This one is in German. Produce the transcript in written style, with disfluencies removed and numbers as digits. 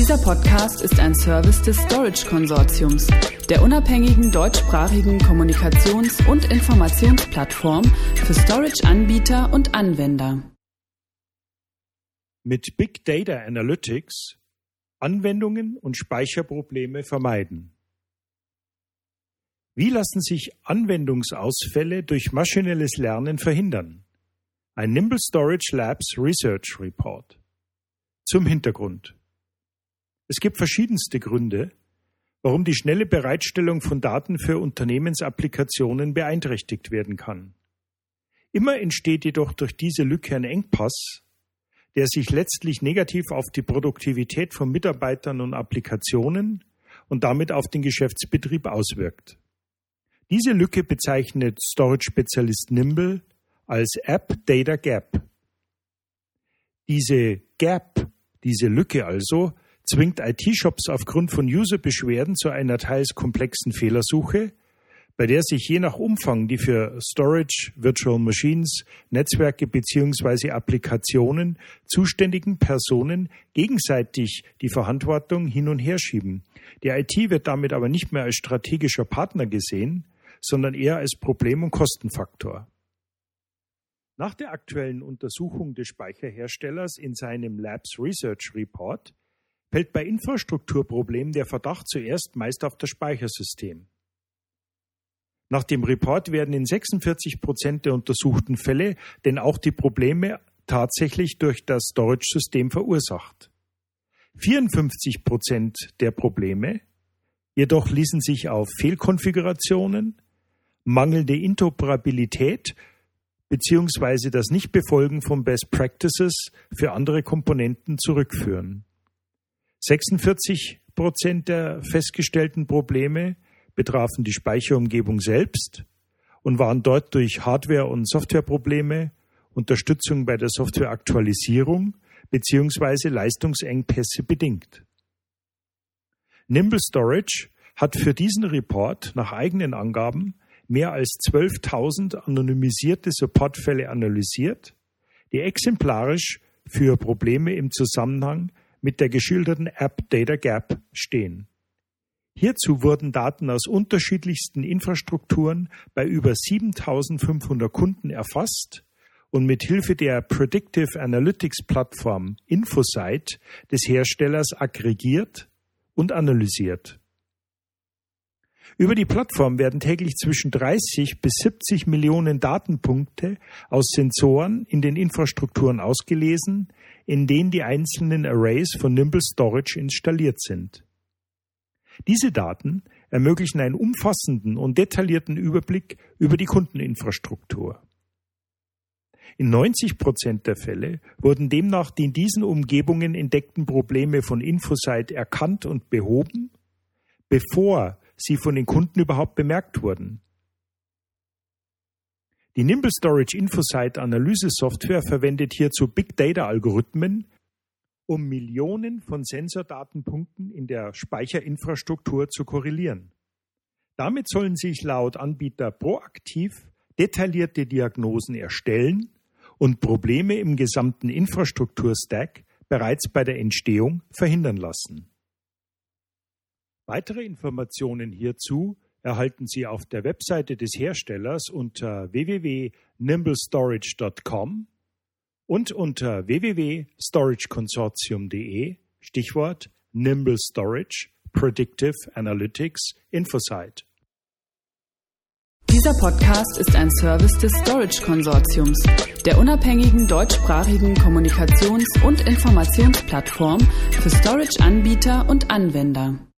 Dieser Podcast ist ein Service des Storage Konsortiums, der unabhängigen deutschsprachigen Kommunikations- und Informationsplattform für Storage-Anbieter und Anwender. Mit Big Data Analytics Anwendungen und Speicherprobleme vermeiden. Wie lassen sich Anwendungsausfälle durch maschinelles Lernen verhindern? Ein Nimble Storage Labs Research Report. Zum Hintergrund. Es gibt verschiedenste Gründe, warum die schnelle Bereitstellung von Daten für Unternehmensapplikationen beeinträchtigt werden kann. Immer entsteht jedoch durch diese Lücke ein Engpass, der sich letztlich negativ auf die Produktivität von Mitarbeitern und Applikationen und damit auf den Geschäftsbetrieb auswirkt. Diese Lücke bezeichnet Storage-Spezialist Nimble als App Data Gap. Diese Lücke also, zwingt IT-Shops aufgrund von User-Beschwerden zu einer teils komplexen Fehlersuche, bei der sich je nach Umfang die für Storage, Virtual Machines, Netzwerke bzw. Applikationen zuständigen Personen gegenseitig die Verantwortung hin und her schieben. Die IT wird damit aber nicht mehr als strategischer Partner gesehen, sondern eher als Problem- und Kostenfaktor. Nach der aktuellen Untersuchung des Speicherherstellers in seinem Labs Research Report fällt bei Infrastrukturproblemen der Verdacht zuerst meist auf das Speichersystem. Nach dem Report werden in 46% der untersuchten Fälle denn auch die Probleme tatsächlich durch das Storage-System verursacht. 54% der Probleme jedoch ließen sich auf Fehlkonfigurationen, mangelnde Interoperabilität bzw. das Nichtbefolgen von Best Practices für andere Komponenten zurückführen. 46% der festgestellten Probleme betrafen die Speicherumgebung selbst und waren dort durch Hardware- und Softwareprobleme, Unterstützung bei der Softwareaktualisierung bzw. Leistungsengpässe bedingt. Nimble Storage hat für diesen Report nach eigenen Angaben mehr als 12.000 anonymisierte Supportfälle analysiert, die exemplarisch für Probleme im Zusammenhang mit der geschilderten App Data Gap stehen. Hierzu wurden Daten aus unterschiedlichsten Infrastrukturen bei über 7.500 Kunden erfasst und mit Hilfe der Predictive Analytics Plattform Infosight des Herstellers aggregiert und analysiert. Über die Plattform werden täglich zwischen 30 bis 70 Millionen Datenpunkte aus Sensoren in den Infrastrukturen ausgelesen, in denen die einzelnen Arrays von Nimble Storage installiert sind. Diese Daten ermöglichen einen umfassenden und detaillierten Überblick über die Kundeninfrastruktur. In 90% der Fälle wurden demnach die in diesen Umgebungen entdeckten Probleme von Infosight erkannt und behoben, bevor sie von den Kunden überhaupt bemerkt wurden. Die Nimble Storage Infosight Analyse-Software verwendet hierzu Big Data Algorithmen, um Millionen von Sensordatenpunkten in der Speicherinfrastruktur zu korrelieren. Damit sollen sich laut Anbieter proaktiv detaillierte Diagnosen erstellen und Probleme im gesamten Infrastrukturstack bereits bei der Entstehung verhindern lassen. Weitere Informationen hierzu erhalten Sie auf der Webseite des Herstellers unter www.nimblestorage.com und unter www.storageconsortium.de, Stichwort Nimble Storage, Predictive Analytics, Infosight. Dieser Podcast ist ein Service des Storage Konsortiums, der unabhängigen deutschsprachigen Kommunikations- und Informationsplattform für Storage-Anbieter und Anwender.